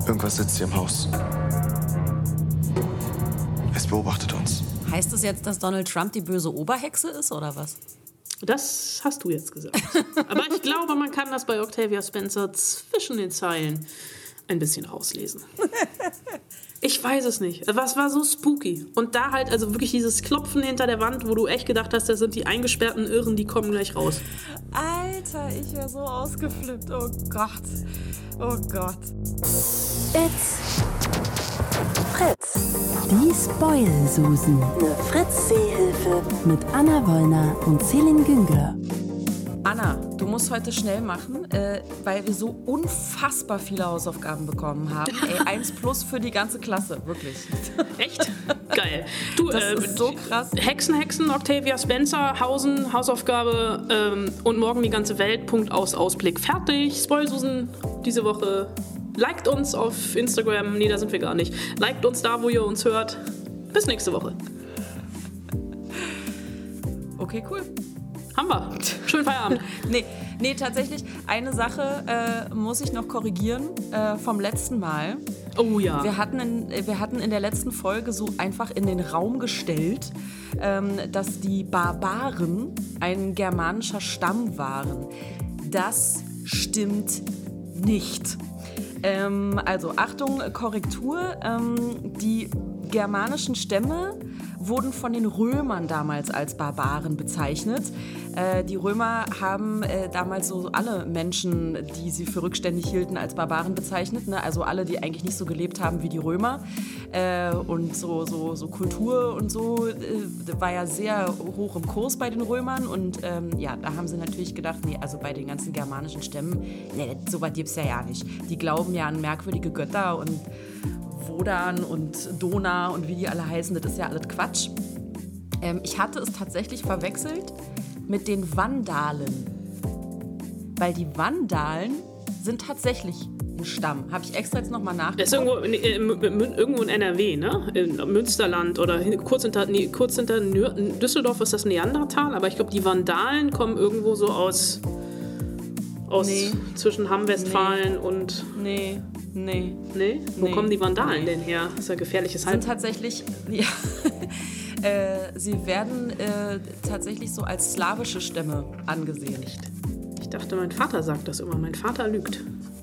Irgendwas sitzt hier im Haus. Es beobachtet uns. Heißt es jetzt, dass Donald Trump die böse Oberhexe ist, oder was? Das hast du jetzt gesagt. Aber ich glaube, man kann das bei Octavia Spencer zwischen den Zeilen ein bisschen rauslesen. Ich weiß es nicht. Was war so spooky? Und da halt, also wirklich dieses Klopfen hinter der Wand, wo du echt gedacht hast, das sind die eingesperrten Irren, die kommen gleich raus. Alter, ich wäre so ausgeflippt. Oh Gott. Oh Gott. It's Fritz. Die Spoil-Susen. Eine Fritz-Seehilfe. Mit Anna Wollner und Celine Güngler. Anna, du musst heute schnell machen, weil wir so unfassbar viele Hausaufgaben bekommen haben. 1+ für die ganze Klasse, wirklich. Echt? Geil. Du, das ist so krass. Hexen, Octavia Spencer, Hausaufgabe und morgen die ganze Welt, Punkt aus, Ausblick. Fertig, Spoil-Susen diese Woche. Liked uns auf Instagram, nee, da sind wir gar nicht. Liked uns da, wo ihr uns hört. Bis nächste Woche. Okay, cool. Haben wir. Schönen Feierabend. Nee, tatsächlich, eine Sache muss ich noch korrigieren vom letzten Mal. Oh ja. Wir hatten in der letzten Folge so einfach in den Raum gestellt, dass die Barbaren ein germanischer Stamm waren. Das stimmt nicht. Also Achtung, Korrektur. Die germanischen Stämme wurden von den Römern damals als Barbaren bezeichnet. Die Römer haben damals so alle Menschen, die sie für rückständig hielten, als Barbaren bezeichnet. Ne? Also alle, die eigentlich nicht so gelebt haben wie die Römer. Und so Kultur und so war ja sehr hoch im Kurs bei den Römern. Und ja, da haben sie natürlich gedacht, nee, also bei den ganzen germanischen Stämmen, nee, so weit gibt's ja nicht. Die glauben ja an merkwürdige Götter und Wodan und Dona und wie die alle heißen, das ist ja alles Quatsch. Ich hatte es tatsächlich verwechselt mit den Vandalen. Weil die Vandalen sind tatsächlich ein Stamm. Habe ich extra jetzt nochmal nachgeguckt. Das ist irgendwo in NRW, ne? In Münsterland oder kurz hinter Düsseldorf ist das Neandertal, aber ich glaube, die Vandalen kommen irgendwo so aus zwischen Hamm-Westfalen und... Nee? Wo kommen die Vandalen denn her? Das ist ja gefährliches Halbwissen. Sind tatsächlich... Ja, sie werden tatsächlich so als slawische Stämme angesehen. Echt? Ich dachte, mein Vater sagt das immer. Mein Vater lügt.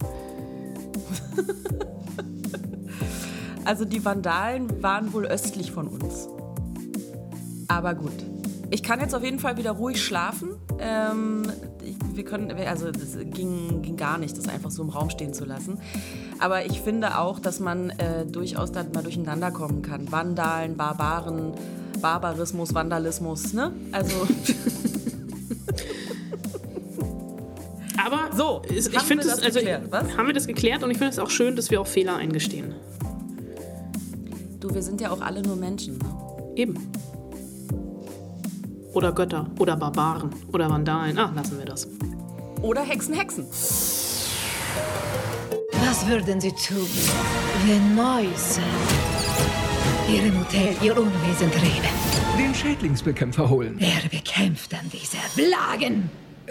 Also die Vandalen waren wohl östlich von uns. Aber gut. Ich kann jetzt auf jeden Fall wieder ruhig schlafen. Es ging gar nicht, das einfach so im Raum stehen zu lassen. Aber ich finde auch, dass man durchaus dann mal durcheinander kommen kann. Vandalen, Barbaren, Barbarismus, Vandalismus, ne? Also... Aber so, ich finde es, also haben wir das geklärt und ich finde es auch schön, dass wir auch Fehler eingestehen. Du, wir sind ja auch alle nur Menschen, ne? Eben. Oder Götter oder Barbaren oder Vandalen. Lassen wir das. Oder Hexen. Was würden Sie tun, wenn Mäuse Ihrem Hotel ihr Unwesen trieben? Den Schädlingsbekämpfer holen. Wer bekämpft dann diese Plagen?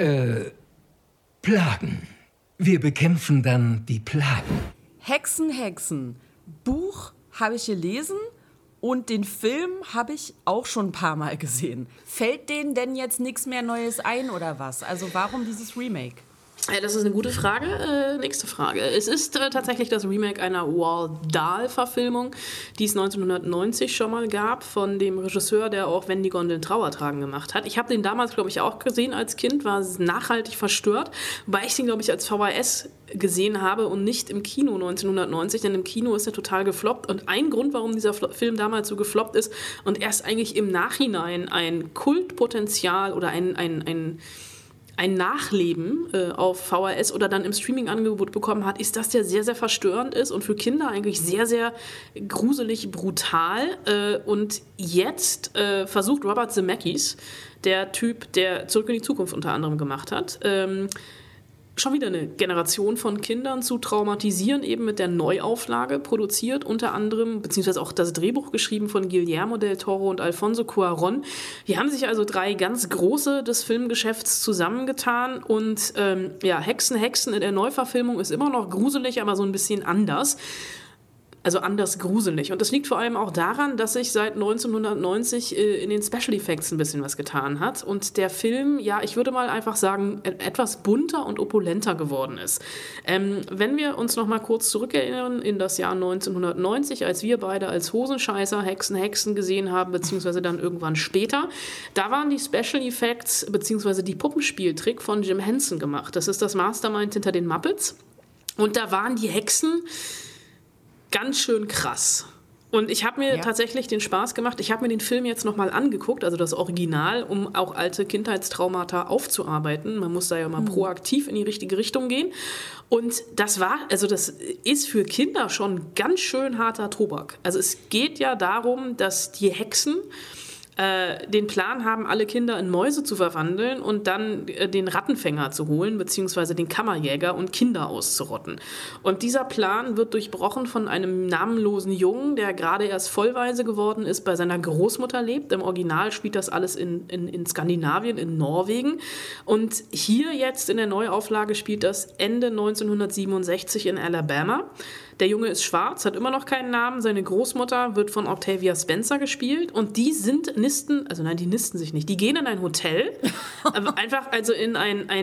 Plagen. Wir bekämpfen dann die Plagen. Hexen. Buch habe ich gelesen und den Film habe ich auch schon ein paar Mal gesehen. Fällt denen denn jetzt nichts mehr Neues ein oder was? Also warum dieses Remake? Das ist eine gute Frage. Nächste Frage. Es ist tatsächlich das Remake einer Roald Dahl-Verfilmung, die es 1990 schon mal gab, von dem Regisseur, der auch Wenn die Gondeln Trauer tragen gemacht hat. Ich habe den damals, glaube ich, auch gesehen als Kind, war nachhaltig verstört, wobei ich den, glaube ich, als VHS gesehen habe und nicht im Kino 1990, denn im Kino ist er total gefloppt. Und ein Grund, warum dieser Film damals so gefloppt ist und erst eigentlich im Nachhinein ein Kultpotenzial oder ein Nachleben auf VHS oder dann im Streaming-Angebot bekommen hat, ist, dass der sehr, sehr verstörend ist und für Kinder eigentlich sehr, sehr gruselig, brutal. Und jetzt versucht Robert Zemeckis, der Typ, der Zurück in die Zukunft unter anderem gemacht hat, schon wieder eine Generation von Kindern zu traumatisieren, eben mit der Neuauflage, produziert unter anderem, beziehungsweise auch das Drehbuch geschrieben von Guillermo del Toro und Alfonso Cuarón. Hier haben sich also 3 ganz große des Filmgeschäfts zusammengetan und Hexen in der Neuverfilmung ist immer noch gruselig, aber so ein bisschen anders. Also anders gruselig. Und das liegt vor allem auch daran, dass sich seit 1990 in den Special Effects ein bisschen was getan hat und der Film, ich würde mal einfach sagen, etwas bunter und opulenter geworden ist. Wenn wir uns noch mal kurz zurückerinnern in das Jahr 1990, als wir beide als Hosenscheißer Hexen gesehen haben, beziehungsweise dann irgendwann später, da waren die Special Effects, beziehungsweise die Puppenspieltrick von Jim Henson gemacht. Das ist das Mastermind hinter den Muppets. Und da waren die Hexen ganz schön krass. Und ich habe mir tatsächlich den Spaß gemacht, ich habe mir den Film jetzt nochmal angeguckt, also das Original, um auch alte Kindheitstraumata aufzuarbeiten. Man muss da ja mal proaktiv in die richtige Richtung gehen. Und das ist für Kinder schon ganz schön harter Tobak. Also es geht ja darum, dass die Hexen den Plan haben, alle Kinder in Mäuse zu verwandeln und dann den Rattenfänger zu holen, beziehungsweise den Kammerjäger und Kinder auszurotten. Und dieser Plan wird durchbrochen von einem namenlosen Jungen, der gerade erst vollweise geworden ist, bei seiner Großmutter lebt. Im Original spielt das alles in Skandinavien, in Norwegen. Und hier jetzt in der Neuauflage spielt das Ende 1967 in Alabama. Der Junge ist schwarz, hat immer noch keinen Namen. Seine Großmutter wird von Octavia Spencer gespielt. Und die die nisten sich nicht. Die gehen in ein Hotel, einfach also in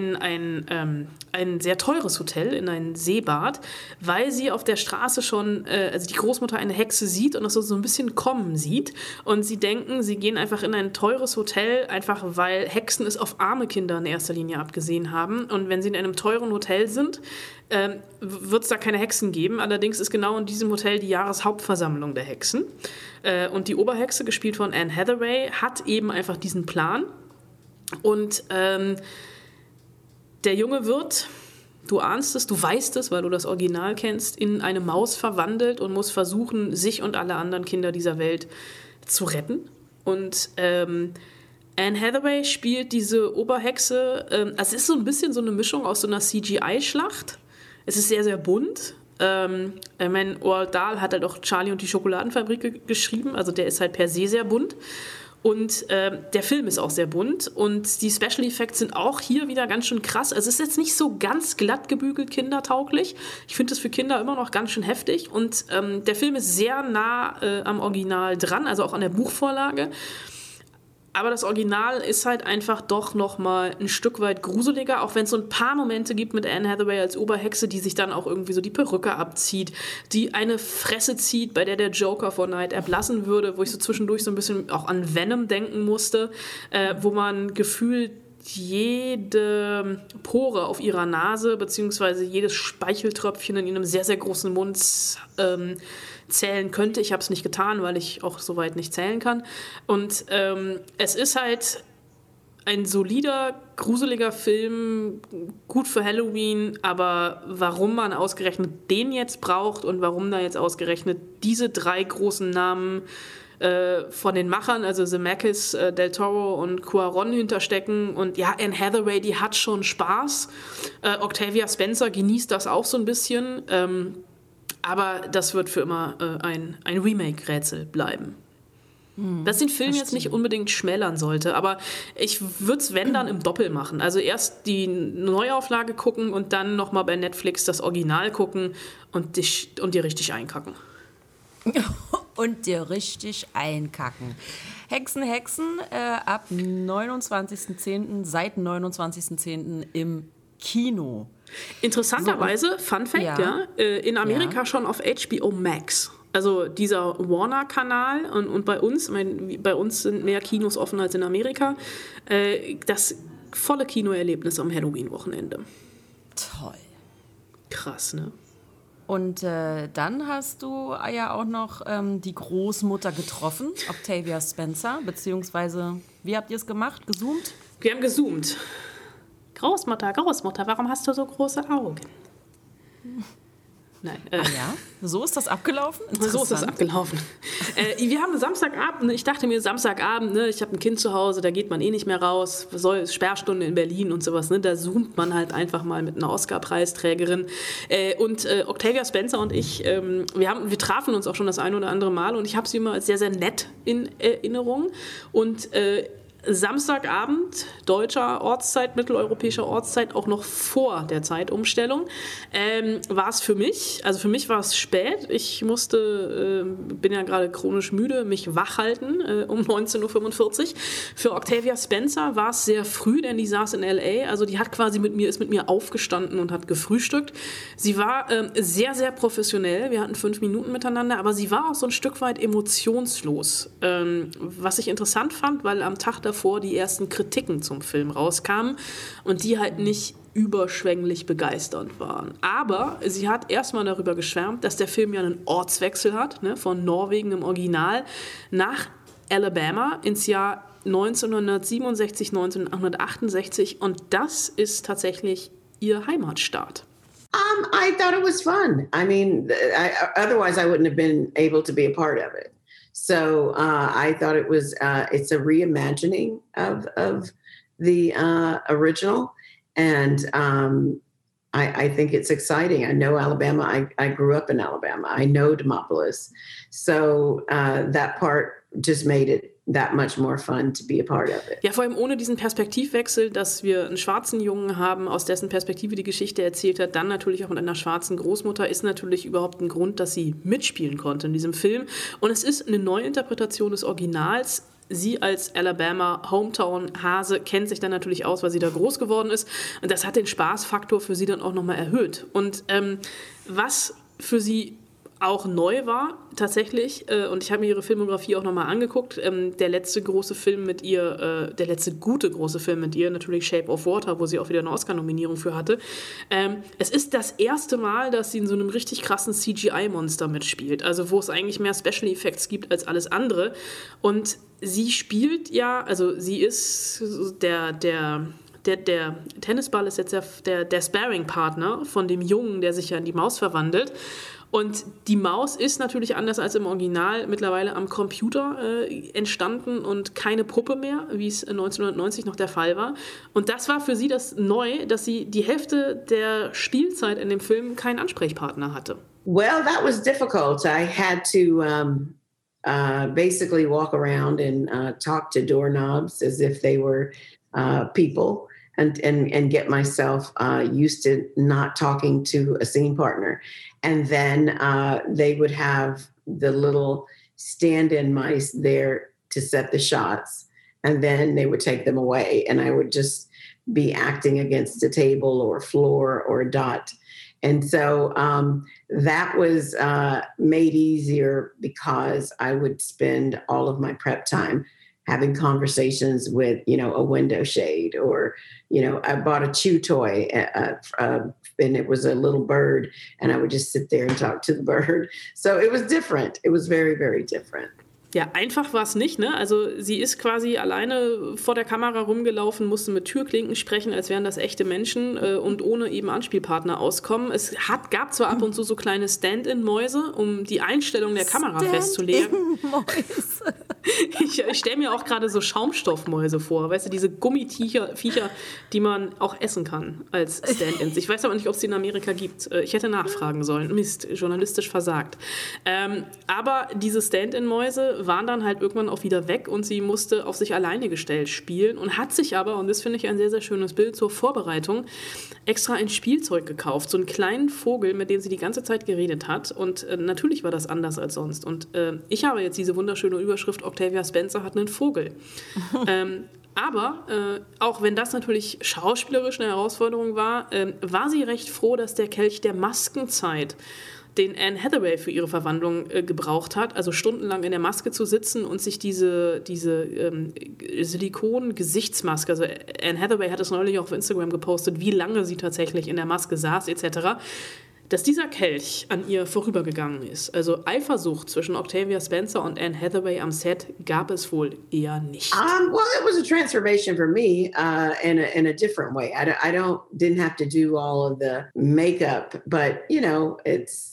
ein sehr teures Hotel, in ein Seebad, weil sie auf der Straße schon, die Großmutter eine Hexe sieht und das so ein bisschen kommen sieht. Und sie denken, sie gehen einfach in ein teures Hotel, einfach weil Hexen es auf arme Kinder in erster Linie abgesehen haben. Und wenn sie in einem teuren Hotel sind, wird es da keine Hexen geben. Allerdings ist genau in diesem Hotel die Jahreshauptversammlung der Hexen. Und die Oberhexe, gespielt von Anne Hathaway, hat eben einfach diesen Plan. Und der Junge wird, du ahnst es, du weißt es, weil du das Original kennst, in eine Maus verwandelt und muss versuchen, sich und alle anderen Kinder dieser Welt zu retten. Und Anne Hathaway spielt diese Oberhexe. Es ist so ein bisschen so eine Mischung aus so einer CGI-Schlacht. Es ist sehr, sehr bunt. Roald Dahl hat halt auch Charlie und die Schokoladenfabrik geschrieben. Also der ist halt per se sehr bunt. Und der Film ist auch sehr bunt. Und die Special Effects sind auch hier wieder ganz schön krass. Also es ist jetzt nicht so ganz glatt gebügelt kindertauglich. Ich finde das für Kinder immer noch ganz schön heftig. Und der Film ist sehr nah am Original dran, also auch an der Buchvorlage. Aber das Original ist halt einfach doch noch mal ein Stück weit gruseliger, auch wenn es so ein paar Momente gibt mit Anne Hathaway als Oberhexe, die sich dann auch irgendwie so die Perücke abzieht, die eine Fresse zieht, bei der Joker vor Neid erblassen würde, wo ich so zwischendurch so ein bisschen auch an Venom denken musste, wo man gefühlt jede Pore auf ihrer Nase beziehungsweise jedes Speicheltröpfchen in ihrem sehr, sehr großen Mund zählen könnte. Ich habe es nicht getan, weil ich auch soweit nicht zählen kann. Und es ist halt ein solider, gruseliger Film, gut für Halloween, aber warum man ausgerechnet den jetzt braucht und warum da jetzt ausgerechnet diese 3 großen Namen von den Machern, also Zemeckis, Del Toro und Cuarón hinterstecken. Und ja, Anne Hathaway, die hat schon Spaß. Octavia Spencer genießt das auch so ein bisschen. Aber das wird für immer ein Remake-Rätsel bleiben. Das den Film jetzt nicht unbedingt schmälern sollte, aber ich würde es, wenn, dann im Doppel machen. Also erst die Neuauflage gucken und dann nochmal bei Netflix das Original gucken und dir richtig einkacken. Und dir richtig einkacken. Hexen, ab 29.10., seit 29.10. im Kino. Interessanterweise, Fun Fact, in Amerika schon auf HBO Max. Also dieser Warner-Kanal und bei uns sind mehr Kinos offen als in Amerika. Das volle Kinoerlebnis am Halloween-Wochenende. Toll. Krass, ne? Und dann hast du ja auch noch die Großmutter getroffen, Octavia Spencer, beziehungsweise, wie habt ihr es gemacht? Gezoomt? Wir haben gezoomt. Großmutter, warum hast du so große Augen? Nein. Ja, so ist das abgelaufen? So ist das abgelaufen. Wir haben Samstagabend, ich dachte mir, Samstagabend, ne, ich habe ein Kind zu Hause, da geht man eh nicht mehr raus, Sperrstunde in Berlin und sowas, ne, da zoomt man halt einfach mal mit einer Oscar-Preisträgerin. Und Octavia Spencer und ich, wir trafen uns auch schon das ein oder andere Mal und ich habe sie immer als sehr, sehr nett in Erinnerung. Und Samstagabend, deutscher Ortszeit, mitteleuropäischer Ortszeit, auch noch vor der Zeitumstellung, war es für mich war es spät. Ich bin ja gerade chronisch müde, mich wach halten um 19.45 Uhr. Für Octavia Spencer war es sehr früh, denn die saß in L.A., also die hat quasi ist mit mir aufgestanden und hat gefrühstückt. Sie war sehr, sehr professionell, wir hatten 5 Minuten miteinander, aber sie war auch so ein Stück weit emotionslos. Was ich interessant fand, weil am Tag davor die ersten Kritiken zum Film rauskamen und die halt nicht überschwänglich begeisternd waren. Aber sie hat erstmal darüber geschwärmt, dass der Film ja einen Ortswechsel hat, ne, von Norwegen im Original nach Alabama ins Jahr 1967, 1968 und das ist tatsächlich ihr Heimatstaat. I thought it was fun. I mean, otherwise I wouldn't have been able to be a part of it. So I thought it was, it's a reimagining of the original. And I think it's exciting. I know Alabama. I grew up in Alabama. I know Demopolis. So that part just made it that much more fun to be a part of it. Ja, vor allem ohne diesen Perspektivwechsel, dass wir einen schwarzen Jungen haben, aus dessen Perspektive die Geschichte erzählt hat, dann natürlich auch mit einer schwarzen Großmutter, ist natürlich überhaupt ein Grund, dass sie mitspielen konnte in diesem Film. Und es ist eine Neuinterpretation des Originals. Sie als Alabama-Hometown-Hase kennt sich dann natürlich aus, weil sie da groß geworden ist. Und das hat den Spaßfaktor für sie dann auch nochmal erhöht. Und was für sie auch neu war, tatsächlich, und ich habe mir ihre Filmografie auch nochmal angeguckt, der letzte große Film mit ihr, der letzte gute große Film mit ihr, natürlich Shape of Water, wo sie auch wieder eine Oscar-Nominierung für hatte. Es ist das erste Mal, dass sie in so einem richtig krassen CGI-Monster mitspielt, also wo es eigentlich mehr Special Effects gibt als alles andere. Und sie spielt ja, also sie ist der Tennisball ist jetzt der Sparring-Partner von dem Jungen, der sich ja in die Maus verwandelt. Und die Maus ist natürlich anders als im Original mittlerweile am Computer entstanden und keine Puppe mehr, wie es 1990 noch der Fall war. Und das war für sie das neu, dass sie die Hälfte der Spielzeit in dem Film keinen Ansprechpartner hatte. Well, that was difficult. I had to basically walk around and talk to doorknobs as if they were people. And get myself used to not talking to a scene partner. And then they would have the little stand-in mice there to set the shots. And then they would take them away. And I would just be acting against a table or floor or a dot. And so that was made easier because I would spend all of my prep time having conversations with, a window shade or, I bought a chew toy and it was a little bird and I would just sit there and talk to the bird. So it was different. It was very, very different. Ja, einfach war es nicht, ne? Also sie ist quasi alleine vor der Kamera rumgelaufen, musste mit Türklinken sprechen, als wären das echte Menschen und ohne eben Anspielpartner auskommen. Es gab zwar ab und zu so kleine Stand-in-Mäuse, um die Einstellung der Kamera festzulegen. Ich stelle mir auch gerade so Schaumstoffmäuse vor, weißt du, diese Gummitiecher, die man auch essen kann als Stand-ins. Ich weiß aber nicht, ob es die in Amerika gibt. Ich hätte nachfragen sollen. Mist, journalistisch versagt. Aber diese Stand-in-Mäuse waren dann halt irgendwann auch wieder weg und sie musste auf sich alleine gestellt spielen und hat sich aber, und das finde ich ein sehr, sehr schönes Bild, zur Vorbereitung extra ein Spielzeug gekauft. So einen kleinen Vogel, mit dem sie die ganze Zeit geredet hat. Und natürlich war das anders als sonst. Und ich habe jetzt diese wunderschöne Überschrift, Octavia Spencer hat einen Vogel. Aber auch wenn das natürlich schauspielerisch eine Herausforderung war, war sie recht froh, dass der Kelch der Maskenzeit, den Anne Hathaway für ihre Verwandlung gebraucht hat, also stundenlang in der Maske zu sitzen und sich diese Silikon-Gesichtsmaske, also Anne Hathaway hat es neulich auch auf Instagram gepostet, wie lange sie tatsächlich in der Maske saß etc., dass dieser Kelch an ihr vorübergegangen ist. Also Eifersucht zwischen Octavia Spencer und Anne Hathaway am Set gab es wohl eher nicht. Well, it was a transformation for me in a different way. I didn't have to do all of the makeup, but it's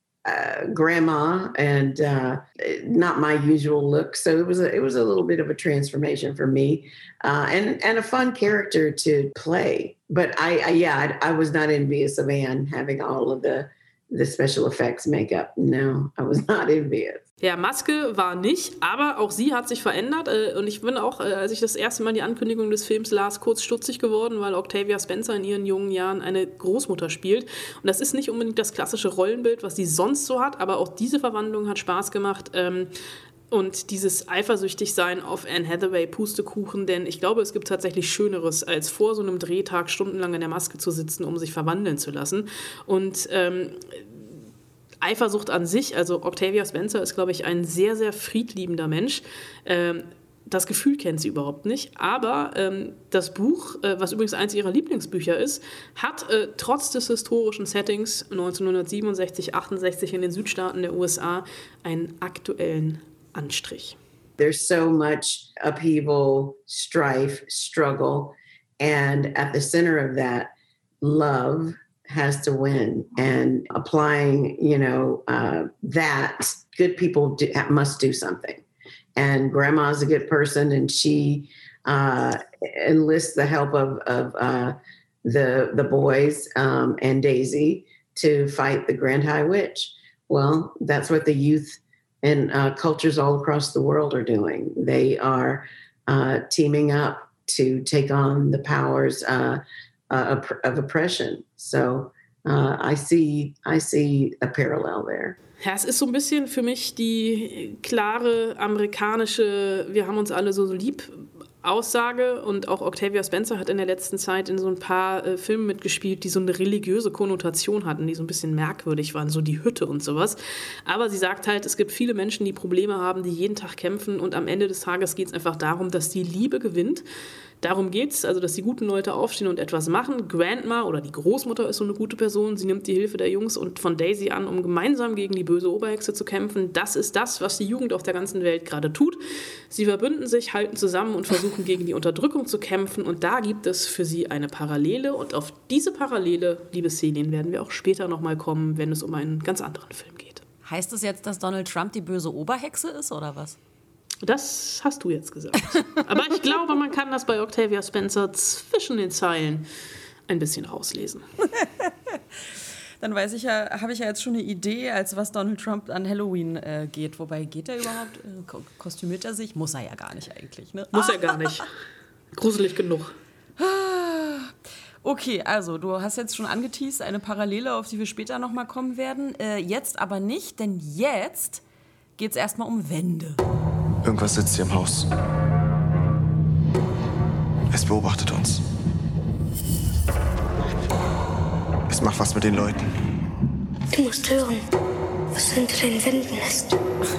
grandma and not my usual look. So it was a little bit of a transformation for me, and a fun character to play. But I was not envious of Anne having all of the special effects makeup. No, I was not envious. Ja, Maske war nicht, aber auch sie hat sich verändert. Und ich bin auch, als ich das erste Mal die Ankündigung des Films las, kurz stutzig geworden, weil Octavia Spencer in ihren jungen Jahren eine Großmutter spielt. Und das ist nicht unbedingt das klassische Rollenbild, was sie sonst so hat, aber auch diese Verwandlung hat Spaß gemacht. Und dieses Eifersüchtigsein auf Anne Hathaway, Pustekuchen, denn ich glaube, es gibt tatsächlich Schöneres, als vor so einem Drehtag stundenlang in der Maske zu sitzen, um sich verwandeln zu lassen. Und Eifersucht an sich, also Octavia Spencer ist, glaube ich, ein sehr, sehr friedliebender Mensch. Das Gefühl kennt sie überhaupt nicht. Aber das Buch, was übrigens eins ihrer Lieblingsbücher ist, hat trotz des historischen Settings 1967, 68 in den Südstaaten der USA einen aktuellen Anstrich. There's so much upheaval, strife, struggle, and at the center of that, love has to win. And applying, that good people must do something. And Grandma's a good person, and she enlists the help of the boys and Daisy to fight the Grand High Witch. Well, that's what the youth and cultures all across the world are doing. They are teaming up to take on the powers of oppression. So I see a parallel there. Ja, es ist so ein bisschen für mich die klare amerikanische wir haben uns alle so lieb Aussage, und auch Octavia Spencer hat in der letzten Zeit in so ein paar Filmen mitgespielt, die so eine religiöse Konnotation hatten, die so ein bisschen merkwürdig waren, so die Hütte und sowas. Aber sie sagt halt, es gibt viele Menschen, die Probleme haben, die jeden Tag kämpfen, und am Ende des Tages geht es einfach darum, dass die Liebe gewinnt. Darum geht's, also dass die guten Leute aufstehen und etwas machen. Grandma oder die Großmutter ist so eine gute Person. Sie nimmt die Hilfe der Jungs und von Daisy an, um gemeinsam gegen die böse Oberhexe zu kämpfen. Das ist das, was die Jugend auf der ganzen Welt gerade tut. Sie verbünden sich, halten zusammen und versuchen gegen die Unterdrückung zu kämpfen. Und da gibt es für sie eine Parallele. Und auf diese Parallele, liebe Selin, werden wir auch später nochmal kommen, wenn es um einen ganz anderen Film geht. Heißt es jetzt, dass Donald Trump die böse Oberhexe ist, oder was? Das hast du jetzt gesagt. Aber ich glaube, man kann das bei Octavia Spencer zwischen den Zeilen ein bisschen rauslesen. Dann habe ich ja jetzt schon eine Idee, als was Donald Trump an Halloween geht. Wobei, geht er überhaupt? Kostümiert er sich? Muss er ja gar nicht eigentlich, ne? Muss er gar nicht. Gruselig genug. Okay, also du hast jetzt schon angeteast, eine Parallele, auf die wir später nochmal kommen werden. Jetzt aber nicht, denn jetzt geht es erstmal um Wände. Irgendwas sitzt hier im Haus. Es beobachtet uns. Es macht was mit den Leuten. Du musst hören, was hinter den Wänden ist.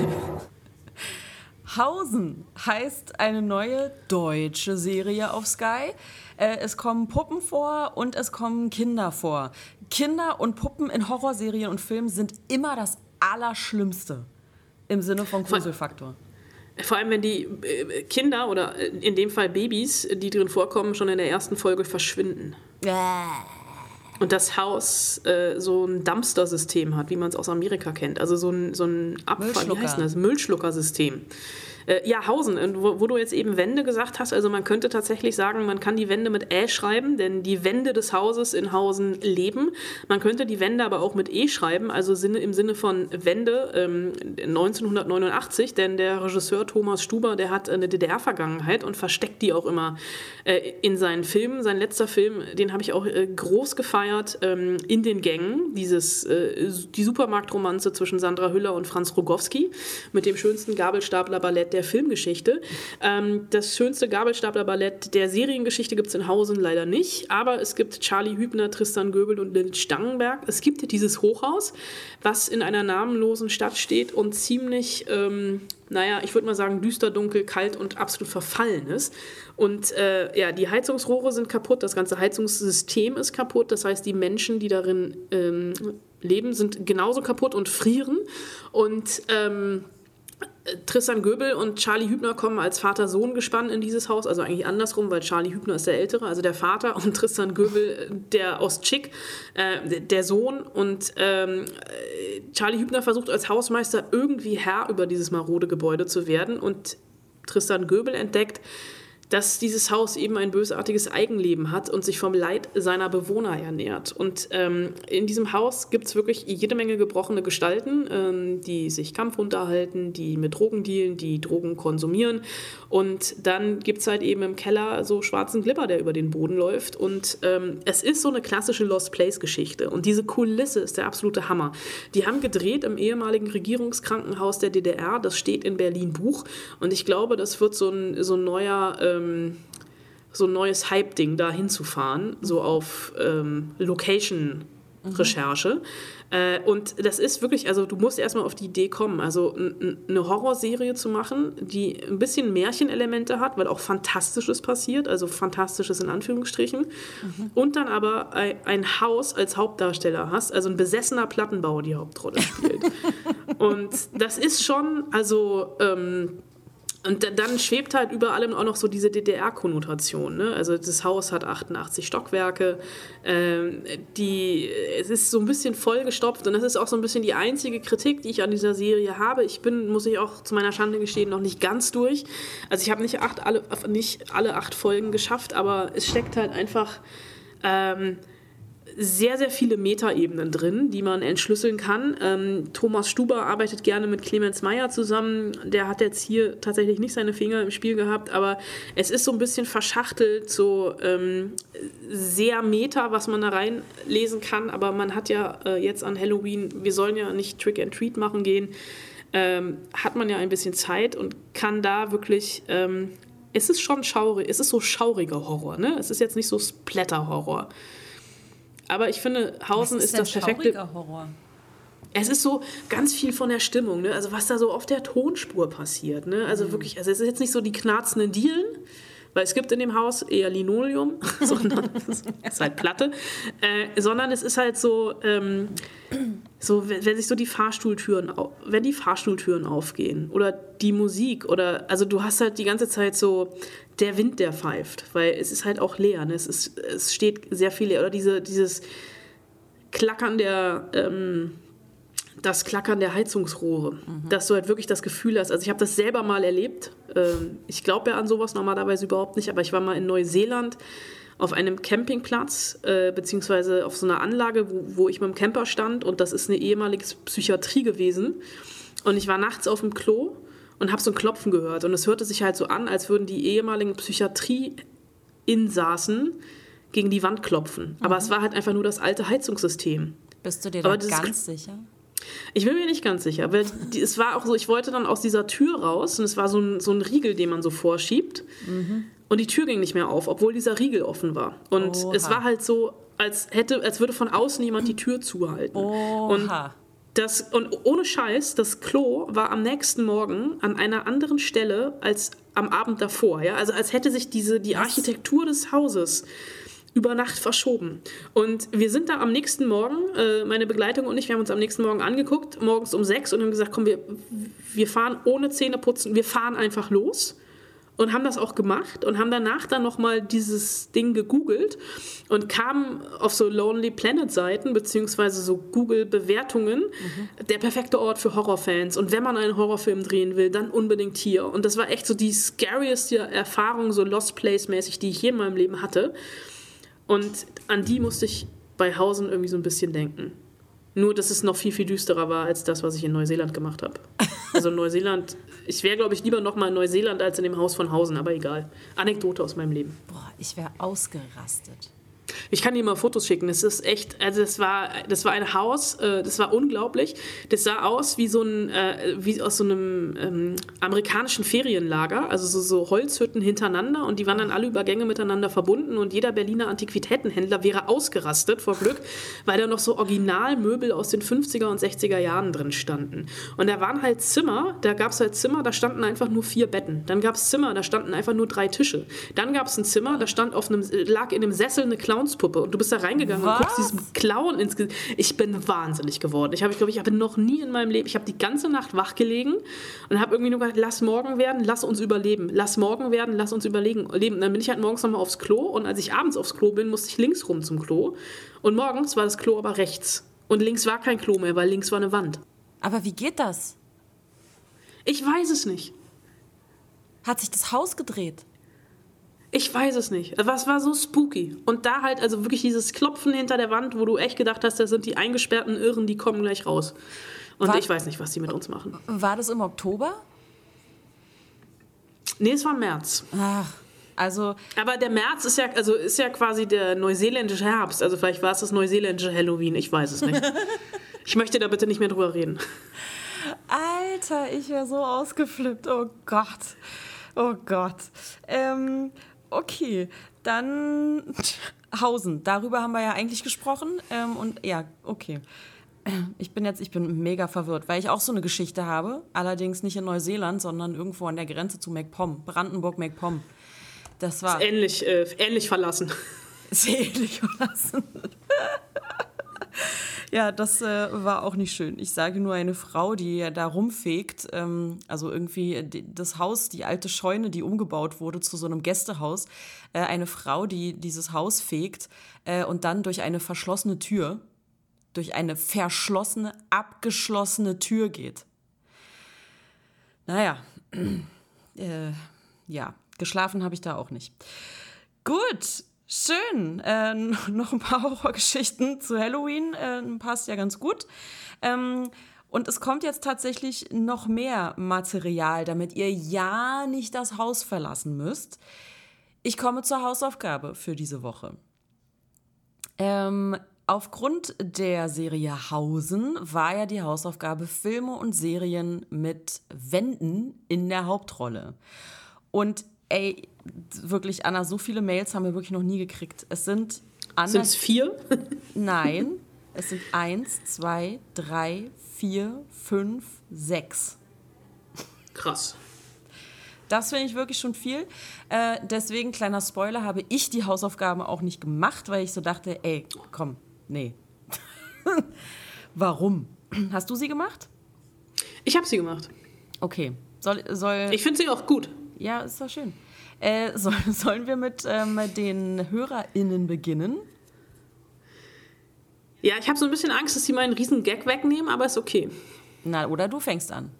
Hausen heißt eine neue deutsche Serie auf Sky. Es kommen Puppen vor und es kommen Kinder vor. Kinder und Puppen in Horrorserien und Filmen sind immer das Allerschlimmste im Sinne von Gruselfaktor. Vor allem, wenn die Kinder oder in dem Fall Babys, die drin vorkommen, schon in der ersten Folge verschwinden. Und das Haus so ein Dumpster-System hat, wie man es aus Amerika kennt. Also so ein Abfall, wie heißt das? Müllschlucker-System. Ja, Hausen, wo du jetzt eben Wände gesagt hast, also man könnte tatsächlich sagen, man kann die Wände mit Ä schreiben, denn die Wände des Hauses in Hausen leben. Man könnte die Wände aber auch mit E schreiben, also im Sinne von Wände 1989, denn der Regisseur Thomas Stuber, der hat eine DDR-Vergangenheit und versteckt die auch immer in seinen Filmen. Sein letzter Film, den habe ich auch groß gefeiert, In den Gängen, die Supermarktromanze zwischen Sandra Hüller und Franz Rogowski mit dem schönsten Gabelstapler-Ballett der Filmgeschichte. Das schönste Gabelstapler-Ballett der Seriengeschichte gibt es in Hausen leider nicht, aber es gibt Charlie Hübner, Tristan Göbel und Lilith Stangenberg. Es gibt dieses Hochhaus, was in einer namenlosen Stadt steht und ziemlich, ich würde mal sagen, düster, dunkel, kalt und absolut verfallen ist. Und die Heizungsrohre sind kaputt, das ganze Heizungssystem ist kaputt. Das heißt, die Menschen, die darin leben, sind genauso kaputt und frieren. Und Tristan Göbel und Charlie Hübner kommen als Vater-Sohn-Gespann in dieses Haus, also eigentlich andersrum, weil Charlie Hübner ist der Ältere, also der Vater, und Tristan Göbel, der aus Chick, der Sohn. Und Charlie Hübner versucht als Hausmeister irgendwie Herr über dieses marode Gebäude zu werden, und Tristan Göbel entdeckt, dass dieses Haus eben ein bösartiges Eigenleben hat und sich vom Leid seiner Bewohner ernährt. Und in diesem Haus gibt es wirklich jede Menge gebrochene Gestalten, die sich Kampf unterhalten, die mit Drogen dealen, die Drogen konsumieren. Und dann gibt es halt eben im Keller so schwarzen Glibber, der über den Boden läuft. Und es ist so eine klassische Lost Place-Geschichte. Und diese Kulisse ist der absolute Hammer. Die haben gedreht im ehemaligen Regierungskrankenhaus der DDR. Das steht in Berlin-Buch. Und ich glaube, das wird so ein neues Hype-Ding, da hinzufahren, so auf Location-Recherche. Und das ist wirklich, also du musst erstmal auf die Idee kommen, also eine Horrorserie zu machen, die ein bisschen Märchenelemente hat, weil auch Fantastisches passiert, also Fantastisches in Anführungsstrichen, und dann aber ein Haus als Hauptdarsteller hast, also ein besessener Plattenbauer die Hauptrolle spielt. Und das ist schon, also und dann schwebt halt über allem auch noch so diese DDR-Konnotation. Ne? Also das Haus hat 88 Stockwerke, es ist so ein bisschen vollgestopft, und das ist auch so ein bisschen die einzige Kritik, die ich an dieser Serie habe. Ich bin, muss ich auch zu meiner Schande gestehen, noch nicht ganz durch. Also ich habe nicht alle 8 Folgen geschafft, aber es steckt halt einfach sehr, sehr viele Metaebenen drin, die man entschlüsseln kann. Thomas Stuber arbeitet gerne mit Clemens Meyer zusammen. Der hat jetzt hier tatsächlich nicht seine Finger im Spiel gehabt, aber es ist so ein bisschen verschachtelt, so sehr Meta, was man da reinlesen kann. Aber man hat ja jetzt an Halloween, wir sollen ja nicht Trick and Treat machen gehen, hat man ja ein bisschen Zeit und kann da wirklich... es ist schon schaurig, es ist so schauriger Horror, ne? Es ist jetzt nicht so Splatter-Horror. Aber ich finde, Hausen ist das perfekte... Horror? Es ist so ganz viel von der Stimmung, ne? Also was da so auf der Tonspur passiert, ne? Also wirklich, also es ist jetzt nicht so die knarzenden Dielen, weil es gibt in dem Haus eher Linoleum, sondern es ist halt Platte, sondern es ist halt so, so wenn sich so die Fahrstuhltüren aufgehen oder die Musik oder, also du hast halt die ganze Zeit so der Wind, der pfeift, weil es ist halt auch leer, ne? Es steht sehr viel leer, oder dieses Klackern das Klackern der Heizungsrohre, dass du halt wirklich das Gefühl hast, also ich habe das selber mal erlebt, ich glaube ja an sowas normalerweise überhaupt nicht, aber ich war mal in Neuseeland auf einem Campingplatz, beziehungsweise auf so einer Anlage, wo ich mit dem Camper stand, und das ist eine ehemalige Psychiatrie gewesen, und ich war nachts auf dem Klo und habe so ein Klopfen gehört, und es hörte sich halt so an, als würden die ehemaligen Psychiatrie-Insassen gegen die Wand klopfen, aber es war halt einfach nur das alte Heizungssystem. Bist du dir da ganz sicher? Ich bin mir nicht ganz sicher, weil es war auch so, ich wollte dann aus dieser Tür raus, und es war so ein Riegel, den man so vorschiebt, und die Tür ging nicht mehr auf, obwohl dieser Riegel offen war. Und es war halt so, als würde von außen jemand die Tür zuhalten. Und ohne Scheiß, das Klo war am nächsten Morgen an einer anderen Stelle als am Abend davor. Ja? Also als hätte sich die Architektur des Hauses über Nacht verschoben. Und wir sind da am nächsten Morgen, meine Begleitung und ich, wir haben uns am nächsten Morgen angeguckt, morgens um 6, und haben gesagt, komm, wir fahren ohne Zähneputzen, wir fahren einfach los. Und haben das auch gemacht und haben danach dann nochmal dieses Ding gegoogelt und kamen auf so Lonely Planet Seiten beziehungsweise so Google-Bewertungen, der perfekte Ort für Horrorfans. Und wenn man einen Horrorfilm drehen will, dann unbedingt hier. Und das war echt so die scarieste Erfahrung, so Lost Place-mäßig, die ich je in meinem Leben hatte. Und an die musste ich bei Hausen irgendwie so ein bisschen denken. Nur, dass es noch viel, viel düsterer war als das, was ich in Neuseeland gemacht habe. Also Neuseeland, ich wäre, glaube ich, lieber noch mal in Neuseeland als in dem Haus von Hausen, aber egal. Anekdote aus meinem Leben. Boah, ich wäre ausgerastet. Ich kann dir mal Fotos schicken. Es ist echt, also das war ein Haus, das war unglaublich. Das sah aus wie wie aus so einem amerikanischen Ferienlager, also so Holzhütten hintereinander, und die waren dann alle über Gänge miteinander verbunden, und jeder Berliner Antiquitätenhändler wäre ausgerastet vor Glück, weil da noch so Originalmöbel aus den 50er und 60er Jahren drin standen. Und da waren halt Zimmer, da standen einfach nur 4 Betten. Dann gab es Zimmer, da standen einfach nur 3 Tische. Dann gab es ein Zimmer, lag in einem Sessel eine Clown Clownspuppe und du bist da reingegangen und guckst diesem Clown ins Gesicht. Ich bin wahnsinnig geworden. Ich habe noch nie in meinem Leben, ich habe die ganze Nacht wach gelegen und habe irgendwie nur gesagt, lass morgen werden, lass uns überleben. Lass morgen werden, lass uns überleben. Und dann bin ich halt morgens nochmal aufs Klo und als ich abends aufs Klo bin, musste ich links rum zum Klo. Und morgens war das Klo aber rechts. Und links war kein Klo mehr, weil links war eine Wand. Aber wie geht das? Ich weiß es nicht. Hat sich das Haus gedreht? Ich weiß es nicht. Es war so spooky. Und da halt also wirklich dieses Klopfen hinter der Wand, wo du echt gedacht hast, das sind die eingesperrten Irren, die kommen gleich raus. Und ich weiß nicht, was die mit uns machen. War das im Oktober? Nee, es war im März. Ach, also... Aber der März ist ja quasi der neuseeländische Herbst. Also vielleicht war es das neuseeländische Halloween, ich weiß es nicht. Ich möchte da bitte nicht mehr drüber reden. Alter, ich wäre so ausgeflippt. Oh Gott. Oh Gott. Okay, dann Hausen. Darüber haben wir ja eigentlich gesprochen. Und ja, okay. Ich bin mega verwirrt, weil ich auch so eine Geschichte habe. Allerdings nicht in Neuseeland, sondern irgendwo an der Grenze zu MacPom. Brandenburg-MacPom. Das war... ähnlich verlassen. Sehr ähnlich verlassen. Ja, das war auch nicht schön. Ich sage nur, eine Frau, die da rumfegt, also irgendwie das Haus, die alte Scheune, die umgebaut wurde zu so einem Gästehaus, eine Frau, die dieses Haus fegt und dann durch eine verschlossene Tür, durch eine verschlossene, abgeschlossene Tür geht. Naja, ja, geschlafen habe ich da auch nicht. Gut. Schön. Noch ein paar Horrorgeschichten zu Halloween. Passt ja ganz gut. Und es kommt jetzt tatsächlich noch mehr Material, damit ihr ja nicht das Haus verlassen müsst. Ich komme zur Hausaufgabe für diese Woche. Aufgrund der Serie Hausen war ja die Hausaufgabe Filme und Serien mit Wänden in der Hauptrolle. Und ey, wirklich, Anna, so viele Mails haben wir wirklich noch nie gekriegt. Sind es 4? Nein, es sind 1, 2, 3, 4, 5, 6. Krass. Das finde ich wirklich schon viel. Deswegen, kleiner Spoiler, habe ich die Hausaufgaben auch nicht gemacht, weil ich so dachte, ey, komm, nee. Warum? Hast du sie gemacht? Ich habe sie gemacht. Okay. Ich finde sie auch gut. Ja, ist doch schön. Sollen wir mit den HörerInnen beginnen? Ja, ich habe so ein bisschen Angst, dass sie meinen riesen Gag wegnehmen, aber ist okay. Na, oder du fängst an.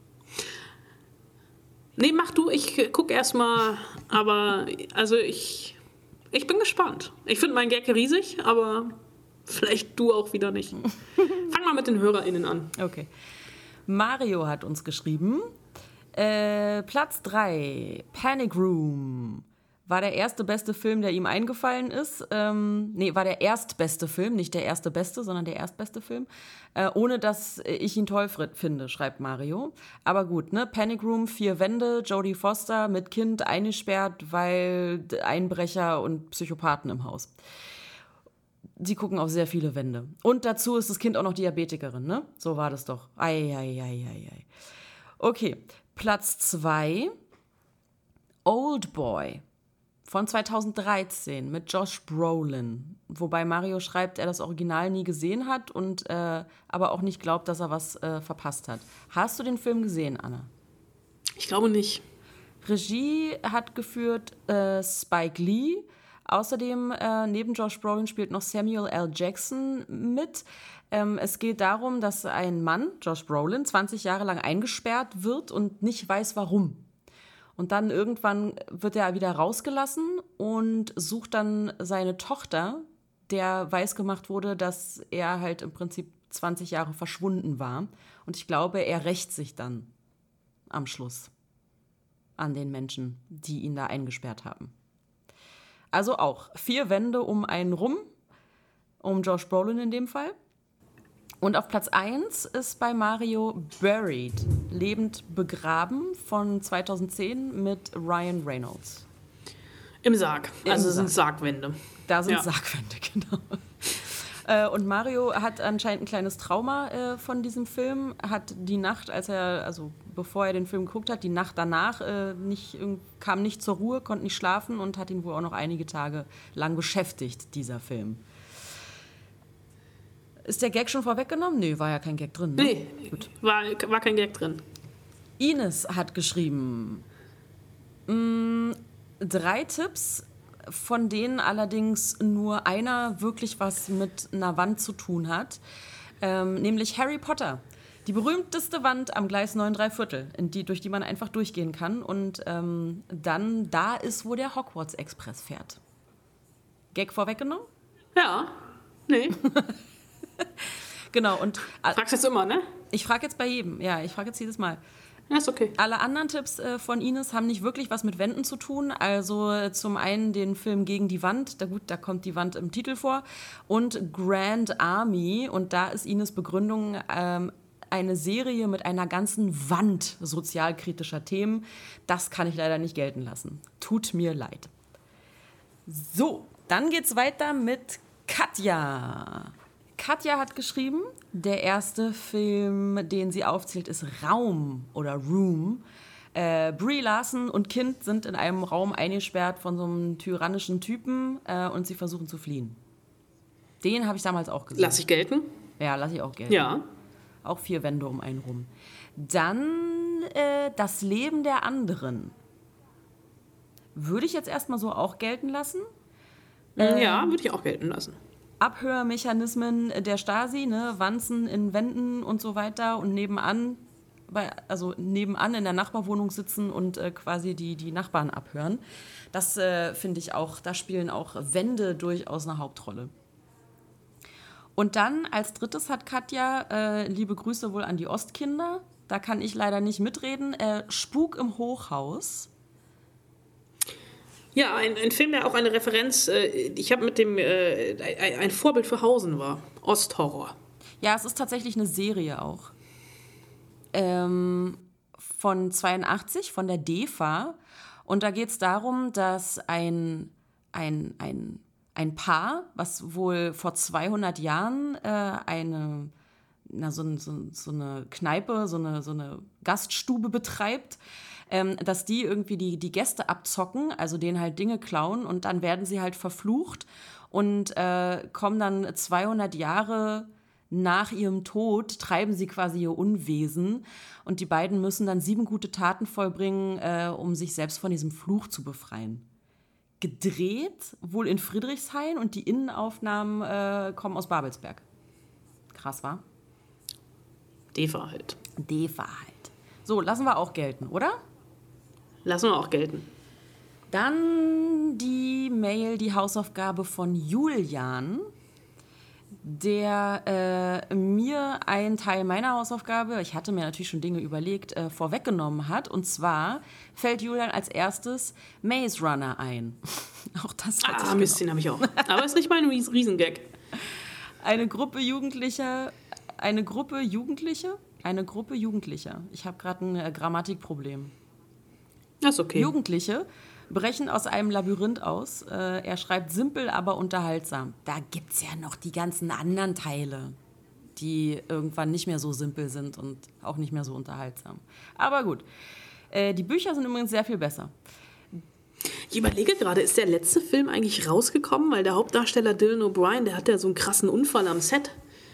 Nee, mach du, ich guck erst mal, aber also ich bin gespannt. Ich finde meinen Gag riesig, aber vielleicht du auch wieder nicht. Fang mal mit den HörerInnen an. Okay. Mario hat uns geschrieben... Platz 3, Panic Room. War der erste beste Film, der ihm eingefallen ist. War der erstbeste Film, nicht der erste beste, sondern der erstbeste Film. Ohne dass ich ihn toll finde, schreibt Mario. Aber gut, ne? Panic Room, 4 Wände, Jodie Foster mit Kind eingesperrt, weil Einbrecher und Psychopathen im Haus. Sie gucken auf sehr viele Wände. Und dazu ist das Kind auch noch Diabetikerin, ne? So war das doch. Ei. Okay. Platz 2, Oldboy von 2013 mit Josh Brolin. Wobei Mario schreibt, er das Original nie gesehen hat und aber auch nicht glaubt, dass er was verpasst hat. Hast du den Film gesehen, Anna? Ich glaube nicht. Regie hat geführt Spike Lee. Außerdem neben Josh Brolin spielt noch Samuel L. Jackson mit. Es geht darum, dass ein Mann, Josh Brolin, 20 Jahre lang eingesperrt wird und nicht weiß, warum. Und dann irgendwann wird er wieder rausgelassen und sucht dann seine Tochter, der weisgemacht wurde, dass er halt im Prinzip 20 Jahre verschwunden war. Und ich glaube, er rächt sich dann am Schluss an den Menschen, die ihn da eingesperrt haben. Also auch 4 Wände um einen rum, um Josh Brolin in dem Fall. Und auf Platz 1 ist bei Mario Buried, lebend begraben von 2010 mit Ryan Reynolds. Im Sarg. Also sind Sargwände. Da sind Sargwände, genau. Und Mario hat anscheinend ein kleines Trauma von diesem Film, hat die Nacht, bevor er den Film geguckt hat, die Nacht danach kam nicht zur Ruhe, konnte nicht schlafen und hat ihn wohl auch noch einige Tage lang beschäftigt, dieser Film. Ist der Gag schon vorweggenommen? Nee, war ja kein Gag drin. Ne? Nee, gut. War kein Gag drin. Ines hat geschrieben, 3 Tipps, von denen allerdings nur einer wirklich was mit einer Wand zu tun hat, nämlich Harry Potter. Die berühmteste Wand am Gleis 9 3/4, durch die man einfach durchgehen kann und dann da ist, wo der Hogwarts-Express fährt. Gag vorweggenommen? Ja, nee. Genau. Und fragst jetzt immer, ne? Ich frage jetzt bei jedem. Ja, ich frage jetzt jedes Mal. Ja, ist okay. Alle anderen Tipps von Ines haben nicht wirklich was mit Wänden zu tun. Also zum einen den Film Gegen die Wand. Da kommt die Wand im Titel vor. Und Grand Army. Und da ist Ines Begründung eine Serie mit einer ganzen Wand sozialkritischer Themen. Das kann ich leider nicht gelten lassen. Tut mir leid. So, dann geht's weiter mit Katja. Katja hat geschrieben, der erste Film, den sie aufzählt, ist Raum oder Room. Brie Larson und Kind sind in einem Raum eingesperrt von so einem tyrannischen Typen und sie versuchen zu fliehen. Den habe ich damals auch gesehen. Lass ich gelten? Ja, lass ich auch gelten. Ja. Auch 4 Wände um einen rum. Dann Das Leben der anderen. Würde ich jetzt erstmal so auch gelten lassen. Ja, würde ich auch gelten lassen. Abhörmechanismen der Stasi, ne, Wanzen in Wänden und so weiter und nebenan in der Nachbarwohnung sitzen und quasi die Nachbarn abhören. Das finde ich auch, da spielen auch Wände durchaus eine Hauptrolle. Und dann als drittes hat Katja, liebe Grüße wohl an die Ostkinder, da kann ich leider nicht mitreden, Spuk im Hochhaus. Ja, ein Film, der auch eine Referenz, ich habe mit dem, ein Vorbild für Hausen war. Osthorror. Ja, es ist tatsächlich eine Serie auch. Von 82, von der DEFA. Und da geht es darum, dass ein Paar, was wohl vor 200 Jahren so eine Kneipe, so eine Gaststube betreibt, dass die irgendwie die Gäste abzocken, also denen halt Dinge klauen und dann werden sie halt verflucht und kommen dann 200 Jahre nach ihrem Tod, treiben sie quasi ihr Unwesen und die beiden müssen dann 7 gute Taten vollbringen, um sich selbst von diesem Fluch zu befreien. Gedreht wohl in Friedrichshain und die Innenaufnahmen kommen aus Babelsberg. Krass, wa? DEFA halt. So, lassen wir auch gelten, oder? Lassen wir auch gelten. Dann die Hausaufgabe von Julian, der mir einen Teil meiner Hausaufgabe, ich hatte mir natürlich schon Dinge überlegt, vorweggenommen hat. Und zwar fällt Julian als erstes Maze Runner ein. Auch das hat sich Mist, den habe ich auch. Aber ist nicht mein Riesengag. Eine Gruppe Jugendlicher. Ich habe gerade ein Grammatikproblem. Das ist okay. Jugendliche brechen aus einem Labyrinth aus. Er schreibt simpel, aber unterhaltsam. Da gibt es ja noch die ganzen anderen Teile, die irgendwann nicht mehr so simpel sind und auch nicht mehr so unterhaltsam. Aber gut. Die Bücher sind übrigens sehr viel besser. Ich überlege gerade, ist der letzte Film eigentlich rausgekommen? Weil der Hauptdarsteller Dylan O'Brien, der hat ja so einen krassen Unfall am Set.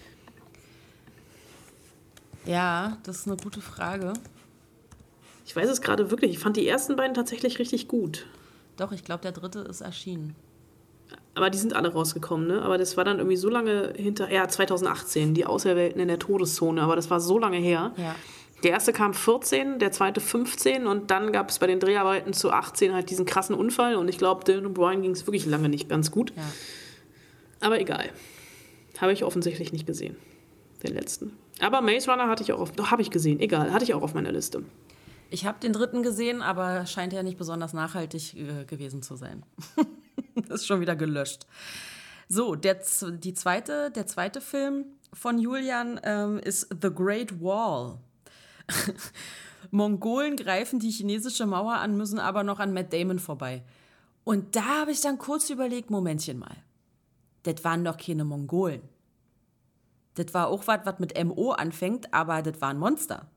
Ja, das ist eine gute Frage. Ich weiß es gerade wirklich. Ich fand die ersten beiden tatsächlich richtig gut. Doch, ich glaube, der dritte ist erschienen. Aber die sind alle rausgekommen, ne? Aber das war dann irgendwie so lange hinter... Ja, 2018, die Auserwählten in der Todeszone. Aber das war so lange her. Ja. Der erste kam 14, der zweite 15 und dann gab es bei den Dreharbeiten zu 18 halt diesen krassen Unfall. Und ich glaube, Dylan O'Brien ging es wirklich lange nicht ganz gut. Ja. Aber egal. Habe ich offensichtlich nicht gesehen. Den letzten. Aber Maze Runner habe ich gesehen. Egal, hatte ich auch auf meiner Liste. Ich habe den dritten gesehen, aber scheint ja nicht besonders nachhaltig gewesen zu sein. Das ist schon wieder gelöscht. So, der zweite Film von Julian ist The Great Wall. Mongolen greifen die chinesische Mauer an, müssen aber noch an Matt Damon vorbei. Und da habe ich dann kurz überlegt, Momentchen mal. Das waren doch keine Mongolen. Das war auch was mit MO anfängt, aber das war ein Monster.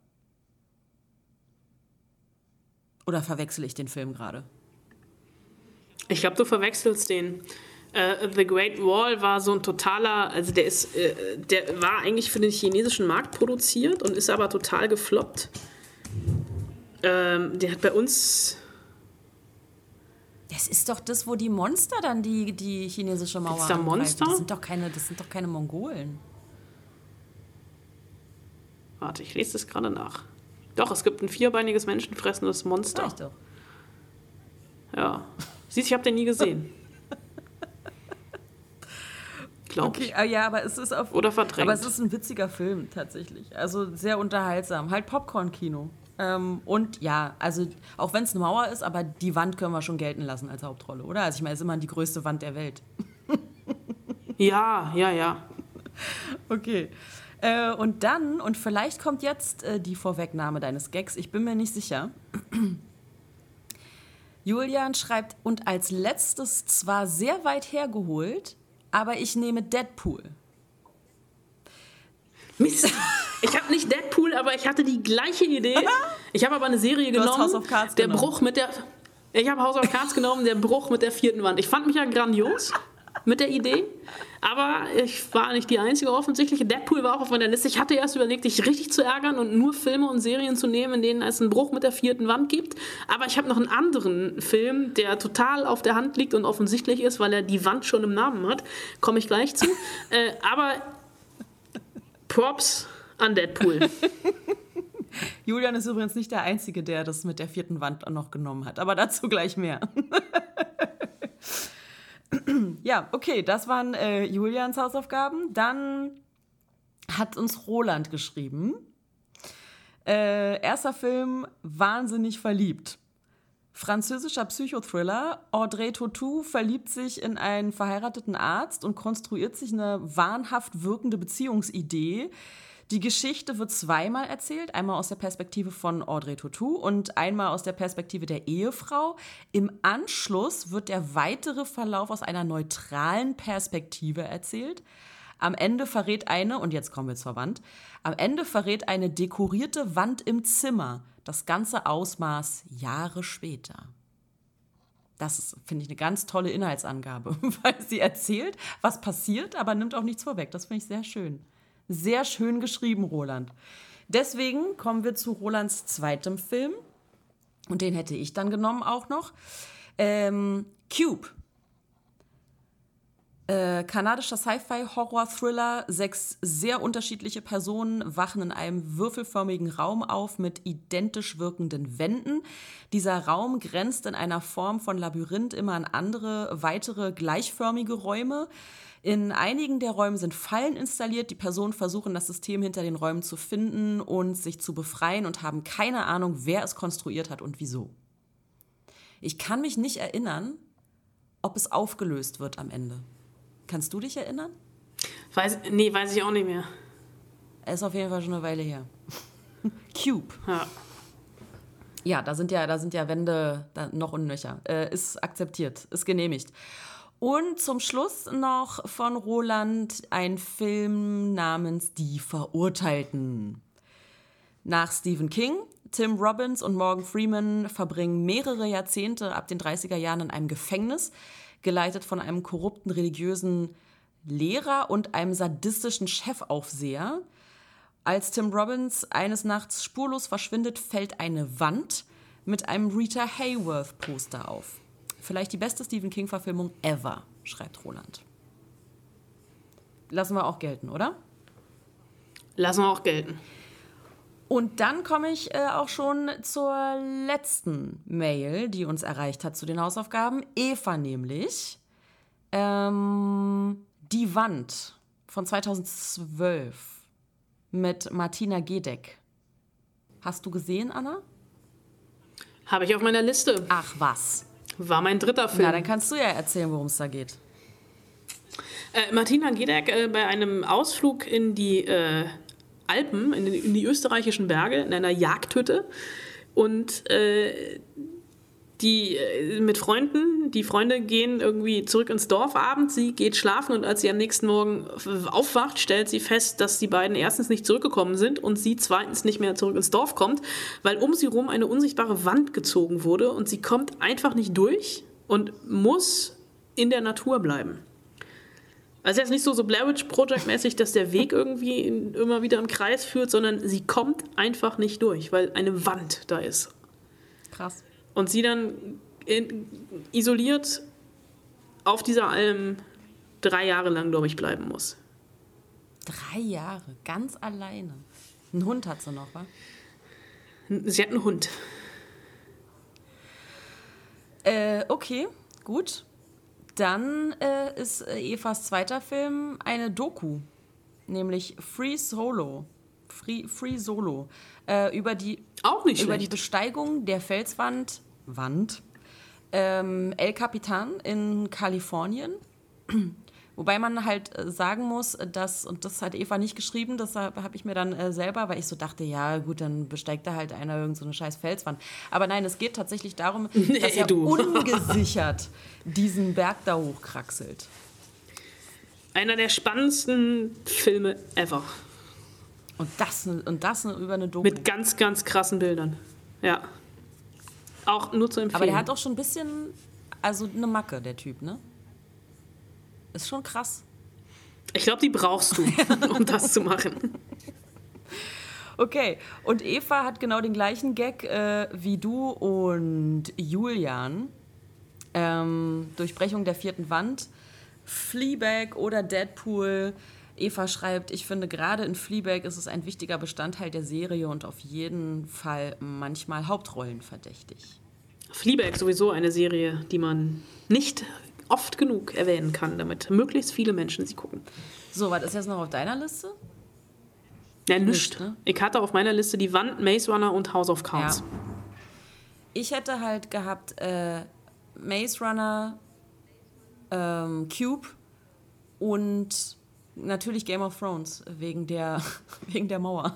Oder verwechsel ich den Film gerade? Ich glaube, du verwechselst den. The Great Wall war so ein totaler, also der war eigentlich für den chinesischen Markt produziert und ist aber total gefloppt. Der hat bei uns... Das ist doch das, wo die Monster dann die chinesische Mauer Gibt's da Monster? Das sind doch keine Mongolen. Warte, ich lese das gerade nach. Doch, es gibt ein vierbeiniges, menschenfressendes Monster. Sag ich doch. Ja. Siehst du, ich habe den nie gesehen. Glaube ich. Okay, ja, aber es ist Oder verdrängt. Aber es ist ein witziger Film tatsächlich. Also sehr unterhaltsam. Halt Popcorn-Kino. Und ja, also auch wenn es eine Mauer ist, aber die Wand können wir schon gelten lassen als Hauptrolle, oder? Also ich meine, es ist immer die größte Wand der Welt. Ja. Okay. Und dann, und vielleicht kommt jetzt die Vorwegnahme deines Gags, ich bin mir nicht sicher. Julian schreibt, und als letztes zwar sehr weit hergeholt, aber ich nehme Deadpool. Mist. Ich habe nicht Deadpool, aber ich hatte die gleiche Idee. Ich habe aber eine Serie genommen. House of Cards der genommen. Bruch mit der. Ich habe House of Cards genommen, der Bruch mit der vierten Wand. Ich fand mich ja grandios mit der Idee, aber ich war nicht die einzige offensichtliche. Deadpool war auch auf meiner Liste. Ich hatte erst überlegt, dich richtig zu ärgern und nur Filme und Serien zu nehmen, in denen es einen Bruch mit der vierten Wand gibt. Aber ich habe noch einen anderen Film, der total auf der Hand liegt und offensichtlich ist, weil er die Wand schon im Namen hat. Komme ich gleich zu. Aber Props an Deadpool. Julian ist übrigens nicht der Einzige, der das mit der vierten Wand noch genommen hat, aber dazu gleich mehr. Ja, okay, das waren Julians Hausaufgaben. Dann hat uns Roland geschrieben. Erster Film, wahnsinnig verliebt. Französischer Psychothriller. Audrey Tautou verliebt sich in einen verheirateten Arzt und konstruiert sich eine wahnhaft wirkende Beziehungsidee. Die Geschichte wird zweimal erzählt, einmal aus der Perspektive von Audrey Tautou und einmal aus der Perspektive der Ehefrau. Im Anschluss wird der weitere Verlauf aus einer neutralen Perspektive erzählt. Am Ende verrät und jetzt kommen wir zur Wand, am Ende verrät eine dekorierte Wand im Zimmer das ganze Ausmaß Jahre später. Das ist, finde ich, eine ganz tolle Inhaltsangabe, weil sie erzählt, was passiert, aber nimmt auch nichts vorweg. Das finde ich sehr schön. Sehr schön geschrieben, Roland. Deswegen kommen wir zu Rolands zweitem Film. Und den hätte ich dann genommen auch noch. Cube. Kanadischer Sci-Fi-Horror-Thriller. 6 sehr unterschiedliche Personen wachen in einem würfelförmigen Raum auf mit identisch wirkenden Wänden. Dieser Raum grenzt in einer Form von Labyrinth immer an andere, weitere gleichförmige Räume. In einigen der Räume sind Fallen installiert. Die Personen versuchen, das System hinter den Räumen zu finden und sich zu befreien und haben keine Ahnung, wer es konstruiert hat und wieso. Ich kann mich nicht erinnern, ob es aufgelöst wird am Ende. Kannst du dich erinnern? Weiß ich auch nicht mehr. Er ist auf jeden Fall schon eine Weile her. Cube. Ja. Ja, da sind ja Wände noch und nöcher. Ist akzeptiert, ist genehmigt. Und zum Schluss noch von Roland ein Film namens Die Verurteilten. Nach Stephen King, Tim Robbins und Morgan Freeman verbringen mehrere Jahrzehnte ab den 30er Jahren in einem Gefängnis, geleitet von einem korrupten religiösen Lehrer und einem sadistischen Chefaufseher. Als Tim Robbins eines Nachts spurlos verschwindet, fällt eine Wand mit einem Rita Hayworth-Poster auf. Vielleicht die beste Stephen King-Verfilmung ever, schreibt Roland. Lassen wir auch gelten, oder? Lassen wir auch gelten. Und dann komme ich auch schon zur letzten Mail, die uns erreicht hat zu den Hausaufgaben. Eva nämlich. Die Wand von 2012 mit Martina Gedeck. Hast du gesehen, Anna? Habe ich auf meiner Liste. Ach was. War mein dritter Film. Na, dann kannst du ja erzählen, worum es da geht. Martina Gedeck bei einem Ausflug in die Alpen, in die österreichischen Berge, in einer Jagdhütte. Und mit Freunden. Die Freunde gehen irgendwie zurück ins Dorf abends, sie geht schlafen und als sie am nächsten Morgen aufwacht, stellt sie fest, dass die beiden erstens nicht zurückgekommen sind und sie zweitens nicht mehr zurück ins Dorf kommt, weil um sie rum eine unsichtbare Wand gezogen wurde und sie kommt einfach nicht durch und muss in der Natur bleiben. Also jetzt nicht so Blair Witch Project-mäßig, dass der Weg irgendwie immer wieder im Kreis führt, sondern sie kommt einfach nicht durch, weil eine Wand da ist. Krass. Und sie dann isoliert auf dieser Alm 3 Jahre lang, glaube ich, bleiben muss. 3 Jahre, ganz alleine. Einen Hund hat sie noch, wa? Sie hat einen Hund. Okay, gut. Dann ist Evas zweiter Film eine Doku, nämlich Free Solo. Über die Besteigung der Felswand El Capitan in Kalifornien. Wobei man halt sagen muss, dass, und das hat Eva nicht geschrieben, das habe ich mir dann selber, weil ich so dachte, ja gut, dann besteigt da halt einer irgend so eine scheiß Felswand. Aber nein, es geht tatsächlich darum, dass er ungesichert diesen Berg da hochkraxelt. Einer der spannendsten Filme ever. Und das über eine Doku. Mit ganz, ganz krassen Bildern. Ja. Auch nur zu empfehlen. Aber der hat auch schon ein bisschen, also eine Macke, der Typ, ne? Ist schon krass. Ich glaube, die brauchst du, um das zu machen. Okay, und Eva hat genau den gleichen Gag wie du und Julian. Durchbrechung der 4. Wand, Fleabag oder Deadpool. Eva schreibt, ich finde, gerade in Fleabag ist es ein wichtiger Bestandteil der Serie und auf jeden Fall manchmal hauptrollenverdächtig. Fleabag sowieso eine Serie, die man nicht oft genug erwähnen kann, damit möglichst viele Menschen sie gucken. So, was ist jetzt noch auf deiner Liste? Ja, nichts. Ne? Ich hatte auf meiner Liste die Wand, Maze Runner und House of Cards. Ja. Ich hätte halt gehabt Maze Runner, Cube und natürlich Game of Thrones, wegen der Mauer.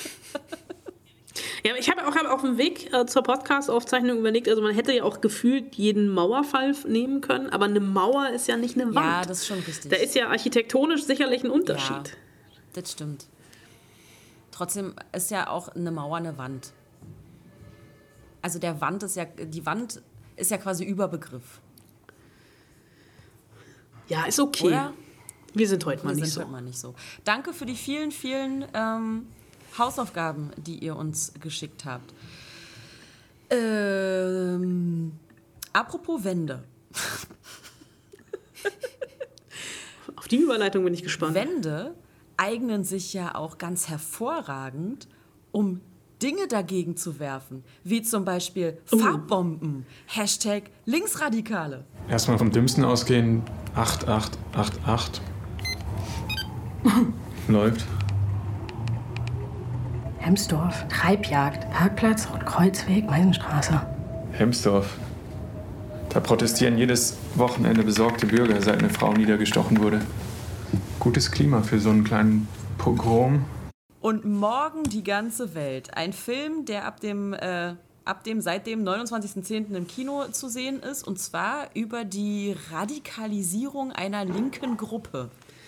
Ja, ich habe auch auf dem Weg zur Podcast-Aufzeichnung überlegt, also man hätte ja auch gefühlt jeden Mauerfall nehmen können, aber eine Mauer ist ja nicht eine Wand. Ja, das ist schon richtig. Da ist ja architektonisch sicherlich ein Unterschied. Ja, das stimmt. Trotzdem ist ja auch eine Mauer eine Wand. Also die Wand ist ja quasi Überbegriff. Ja, ist okay. Oder? Wir sind heute mal nicht so. Danke für die vielen, vielen Hausaufgaben, die ihr uns geschickt habt. Apropos Wände. Auf die Überleitung bin ich gespannt. Wände eignen sich ja auch ganz hervorragend, um Dinge dagegen zu werfen, wie zum Beispiel Farbbomben, #Linksradikale. Erstmal vom Dümmsten ausgehen, 8888. Läuft. Hemsdorf, Treibjagd, Parkplatz, Rotkreuzweg, Meisenstraße. Hemsdorf. Da protestieren jedes Wochenende besorgte Bürger, seit eine Frau niedergestochen wurde. Gutes Klima für so einen kleinen Pogrom. Und morgen die ganze Welt. Ein Film, der seit dem 29.10. im Kino zu sehen ist. Und zwar über die Radikalisierung einer linken Gruppe.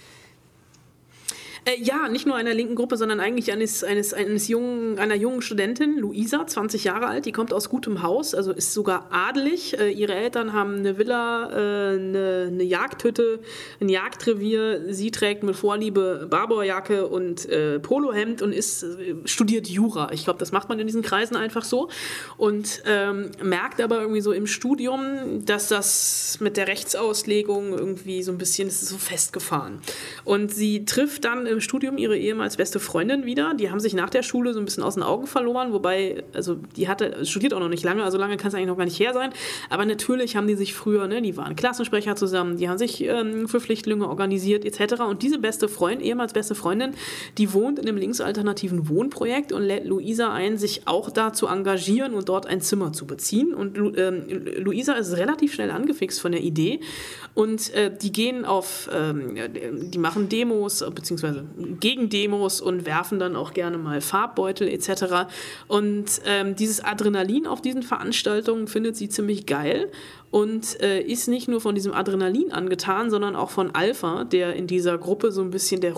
Ja, nicht nur einer linken Gruppe, sondern eigentlich einer jungen Studentin, Luisa, 20 Jahre alt, die kommt aus gutem Haus, also ist sogar adelig. Ihre Eltern haben eine Villa, eine Jagdhütte, ein Jagdrevier. Sie trägt mit Vorliebe Barbourjacke und Polohemd und studiert Jura. Ich glaube, das macht man in diesen Kreisen einfach so. Und merkt aber irgendwie so im Studium, dass das mit der Rechtsauslegung irgendwie so ein bisschen, das ist so festgefahren. Und sie trifft dann im Studium ihre ehemals beste Freundin wieder. Die haben sich nach der Schule so ein bisschen aus den Augen verloren, wobei, also die studiert auch noch nicht lange, also lange kann es eigentlich noch gar nicht her sein. Aber natürlich haben die sich früher, die waren Klassensprecher zusammen, die haben sich für Flüchtlinge organisiert etc. Und diese ehemals beste Freundin, die wohnt in einem linksalternativen Wohnprojekt und lädt Luisa ein, sich auch da zu engagieren und dort ein Zimmer zu beziehen. Und Luisa ist relativ schnell angefixt von der Idee und die gehen die machen Demos, beziehungsweise Gegendemos und werfen dann auch gerne mal Farbbeutel etc. Und dieses Adrenalin auf diesen Veranstaltungen findet sie ziemlich geil und ist nicht nur von diesem Adrenalin angetan, sondern auch von Alpha, der in dieser Gruppe so ein bisschen der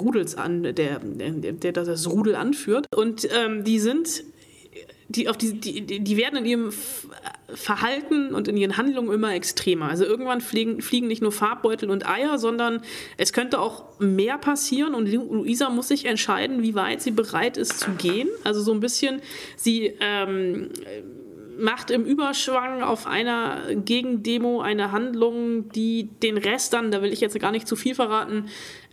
das Rudel anführt. Und die werden in ihrem Verhalten und in ihren Handlungen immer extremer. Also irgendwann fliegen nicht nur Farbbeutel und Eier, sondern es könnte auch mehr passieren und Luisa muss sich entscheiden, wie weit sie bereit ist zu gehen. Also so ein bisschen, sie macht im Überschwang auf einer Gegendemo eine Handlung, die den Rest dann, da will ich jetzt gar nicht zu viel verraten,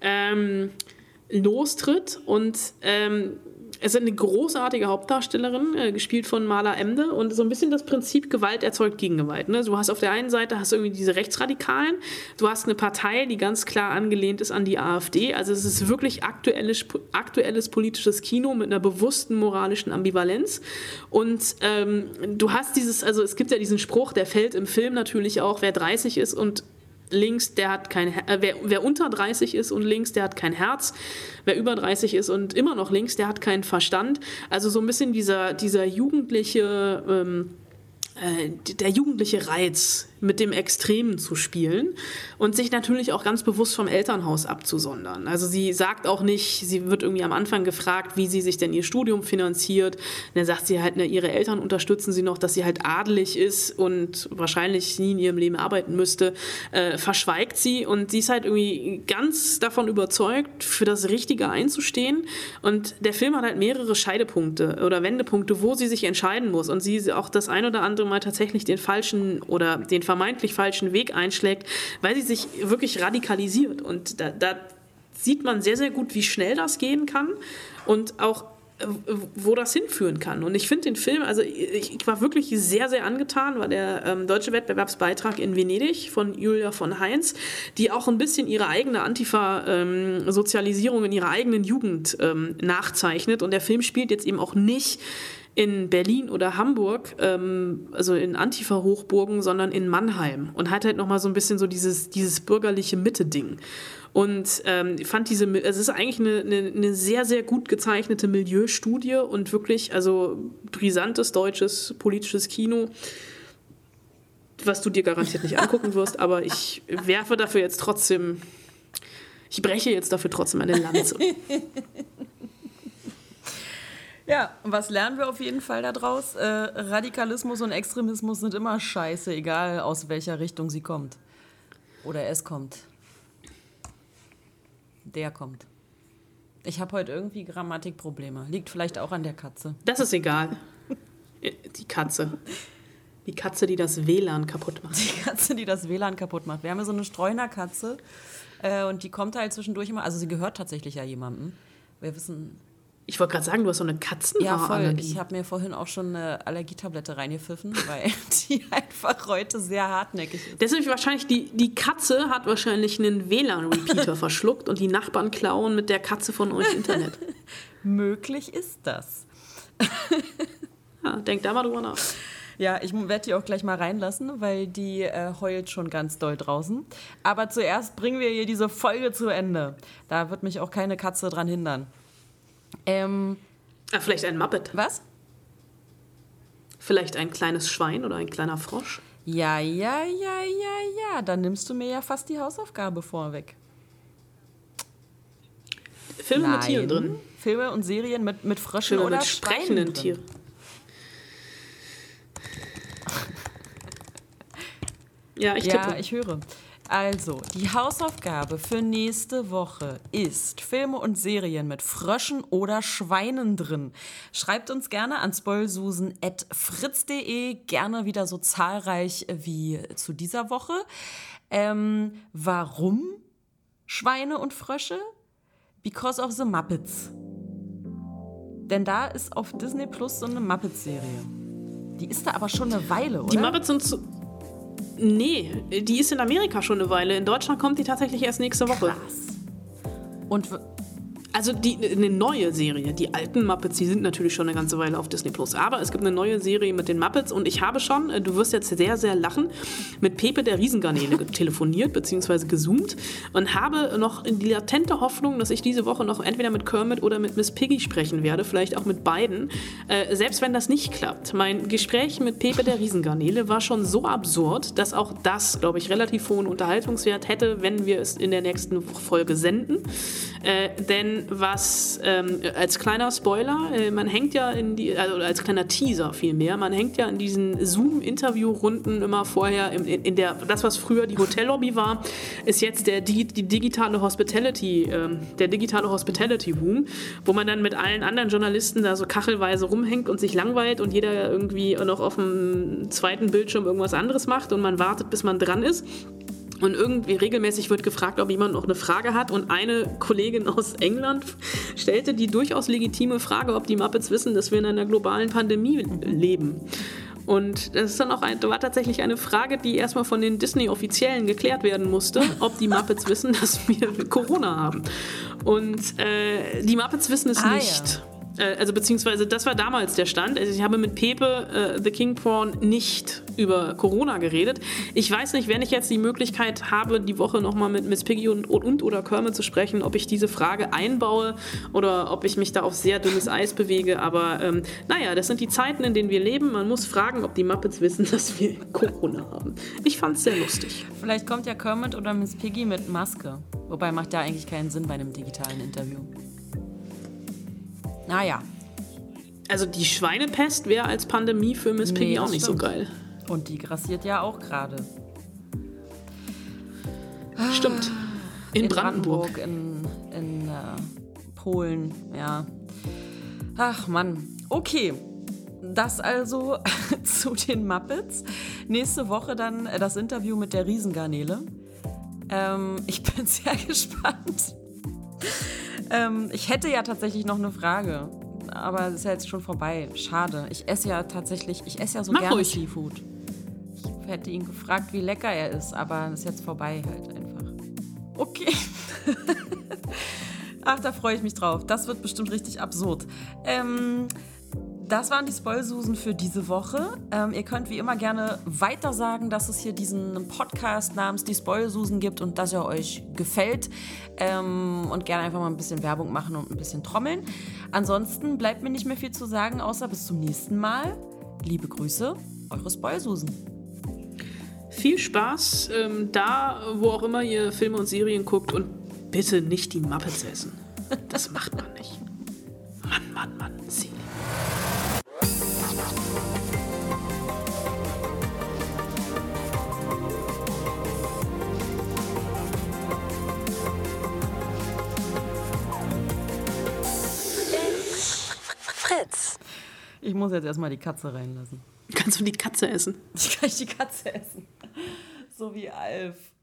lostritt und es ist eine großartige Hauptdarstellerin, gespielt von Marla Emde und so ein bisschen das Prinzip Gewalt erzeugt Gegengewalt. Ne? Du hast auf der einen Seite irgendwie diese Rechtsradikalen, du hast eine Partei, die ganz klar angelehnt ist an die AfD, also es ist wirklich aktuelles politisches Kino mit einer bewussten moralischen Ambivalenz und du hast also es gibt ja diesen Spruch, der fällt im Film natürlich auch, wer 30 ist und links, der hat kein wer unter 30 ist und links, der hat kein Herz. Wer über 30 ist und immer noch links, der hat keinen Verstand. Also so ein bisschen dieser jugendliche der jugendliche Reiz, mit dem Extremen zu spielen und sich natürlich auch ganz bewusst vom Elternhaus abzusondern. Also sie sagt auch nicht, sie wird irgendwie am Anfang gefragt, wie sie sich denn ihr Studium finanziert. Und dann sagt sie halt, ihre Eltern unterstützen sie noch, dass sie halt adelig ist und wahrscheinlich nie in ihrem Leben arbeiten müsste, verschweigt sie und sie ist halt irgendwie ganz davon überzeugt, für das Richtige einzustehen und der Film hat halt mehrere Scheidepunkte oder Wendepunkte, wo sie sich entscheiden muss und sie auch das ein oder andere Mal tatsächlich den falschen oder den vermeintlich falschen Weg einschlägt, weil sie sich wirklich radikalisiert. Und da sieht man sehr, sehr gut, wie schnell das gehen kann und auch wo das hinführen kann. Und ich finde den Film, also ich war wirklich sehr, sehr angetan, war der deutsche Wettbewerbsbeitrag in Venedig von Julia von Heinz, die auch ein bisschen ihre eigene Antifa-Sozialisierung in ihrer eigenen Jugend nachzeichnet. Und der Film spielt jetzt eben auch nicht in Berlin oder Hamburg, also in Antifa-Hochburgen, sondern in Mannheim und hat halt nochmal so ein bisschen so dieses bürgerliche Mitte-Ding. Und ich fand es ist eigentlich eine sehr, sehr gut gezeichnete Milieustudie und wirklich, also brisantes deutsches politisches Kino, was du dir garantiert nicht angucken wirst, aber ich breche jetzt dafür trotzdem eine Lanze. Ja, und was lernen wir auf jeden Fall daraus? Radikalismus und Extremismus sind immer scheiße, egal aus welcher Richtung sie kommt. Oder es kommt. Der kommt. Ich habe heute irgendwie Grammatikprobleme. Liegt vielleicht auch an der Katze. Das ist egal. Die Katze. Die Katze, die das WLAN kaputt macht. Die Katze, die das WLAN kaputt macht. Wir haben ja so eine Streunerkatze und die kommt halt zwischendurch immer, also sie gehört tatsächlich ja jemandem. Wir wissen... Ich wollte gerade sagen, du hast so eine Katzenhaarallergie. Ja, voll. Ich habe mir vorhin auch schon eine Allergietablette reingepfiffen, weil die einfach heute sehr hartnäckig ist. Deswegen wahrscheinlich, die Katze hat wahrscheinlich einen WLAN-Repeater verschluckt und die Nachbarn klauen mit der Katze von euch Internet. Möglich ist das. Ja, denk da mal drüber nach. Ja, ich werde die auch gleich mal reinlassen, weil die heult schon ganz doll draußen. Aber zuerst bringen wir hier diese Folge zu Ende. Da wird mich auch keine Katze dran hindern. Vielleicht ein Muppet. Was? Vielleicht ein kleines Schwein oder ein kleiner Frosch? Ja. Dann nimmst du mir ja fast die Hausaufgabe vorweg. Filme mit Tieren drin? Filme und Serien mit Fröschen oder mit sprechenden Tieren. Ja, ich tippe. Ja, ich höre. Also, die Hausaufgabe für nächste Woche ist Filme und Serien mit Fröschen oder Schweinen drin. Schreibt uns gerne an spoilsusen@fritz.de, gerne wieder so zahlreich wie zu dieser Woche. Warum Schweine und Frösche? Because of the Muppets. Denn da ist auf Disney Plus so eine Muppets-Serie. Die ist da aber schon eine Weile, oder? Die Muppets sind so... Nee, die ist in Amerika schon eine Weile. In Deutschland kommt die tatsächlich erst nächste Woche. Krass. Und also Also eine neue Serie. Die alten Muppets, die sind natürlich schon eine ganze Weile auf Disney+. Aber es gibt eine neue Serie mit den Muppets und ich habe schon, du wirst jetzt sehr, sehr lachen, mit Pepe der Riesengarnele telefoniert bzw. gezoomt und habe noch die latente Hoffnung, dass ich diese Woche noch entweder mit Kermit oder mit Miss Piggy sprechen werde, vielleicht auch mit beiden. Selbst wenn das nicht klappt. Mein Gespräch mit Pepe der Riesengarnele war schon so absurd, dass auch das, glaube ich, relativ hohen Unterhaltungswert hätte, wenn wir es in der nächsten Folge senden. Denn was als kleiner Spoiler, man hängt ja also als kleiner Teaser vielmehr, man hängt ja in diesen Zoom-Interview-Runden immer vorher das, was früher die Hotellobby war, ist jetzt die digitale Hospitality, der digitale Hospitality-Room, wo man dann mit allen anderen Journalisten da so kachelweise rumhängt und sich langweilt und jeder irgendwie noch auf dem zweiten Bildschirm irgendwas anderes macht und man wartet, bis man dran ist. Und irgendwie regelmäßig wird gefragt, ob jemand noch eine Frage hat. Und eine Kollegin aus England stellte die durchaus legitime Frage, ob die Muppets wissen, dass wir in einer globalen Pandemie leben. Und das ist dann auch war tatsächlich eine Frage, die erstmal von den Disney-Offiziellen geklärt werden musste, ob die Muppets wissen, dass wir Corona haben. Und die Muppets wissen es nicht. Ja. Also beziehungsweise das war damals der Stand. Also ich habe mit Pepe the King Prawn nicht über Corona geredet. Ich weiß nicht, wenn ich jetzt die Möglichkeit habe, die Woche nochmal mit Miss Piggy und oder Kermit zu sprechen, ob ich diese Frage einbaue oder ob ich mich da auf sehr dünnes Eis bewege. Aber naja, das sind die Zeiten, in denen wir leben. Man muss fragen, ob die Muppets wissen, dass wir Corona haben. Ich fand es sehr lustig. Vielleicht kommt ja Kermit oder Miss Piggy mit Maske. Wobei macht ja eigentlich keinen Sinn bei einem digitalen Interview. Naja. Also die Schweinepest wäre als Pandemie für Miss Piggy auch nicht so geil. Und die grassiert ja auch gerade. Stimmt. In Brandenburg. In Polen, ja. Ach Mann. Okay. Das also zu den Muppets. Nächste Woche dann das Interview mit der Riesengarnele. Ich bin sehr gespannt. Ich hätte ja tatsächlich noch eine Frage, aber es ist ja jetzt schon vorbei. Schade. Ich esse ja so gerne ruhig. Seafood. Ich hätte ihn gefragt, wie lecker er ist, aber es ist jetzt vorbei halt einfach. Okay. Ach, da freue ich mich drauf. Das wird bestimmt richtig absurd. Das waren die Spoilsusen für diese Woche. Ihr könnt wie immer gerne weiter sagen, dass es hier diesen Podcast namens Die Spoilsusen gibt und dass er euch gefällt. Und gerne einfach mal ein bisschen Werbung machen und ein bisschen trommeln. Ansonsten bleibt mir nicht mehr viel zu sagen, außer bis zum nächsten Mal. Liebe Grüße, eure Spoilsusen. Viel Spaß da, wo auch immer ihr Filme und Serien guckt und bitte nicht die Muppets essen. Das macht man nicht. Mann, Silly. Fritz. Ich muss jetzt erstmal die Katze reinlassen. Kannst du die Katze essen? Kann ich die Katze essen? So wie Alf.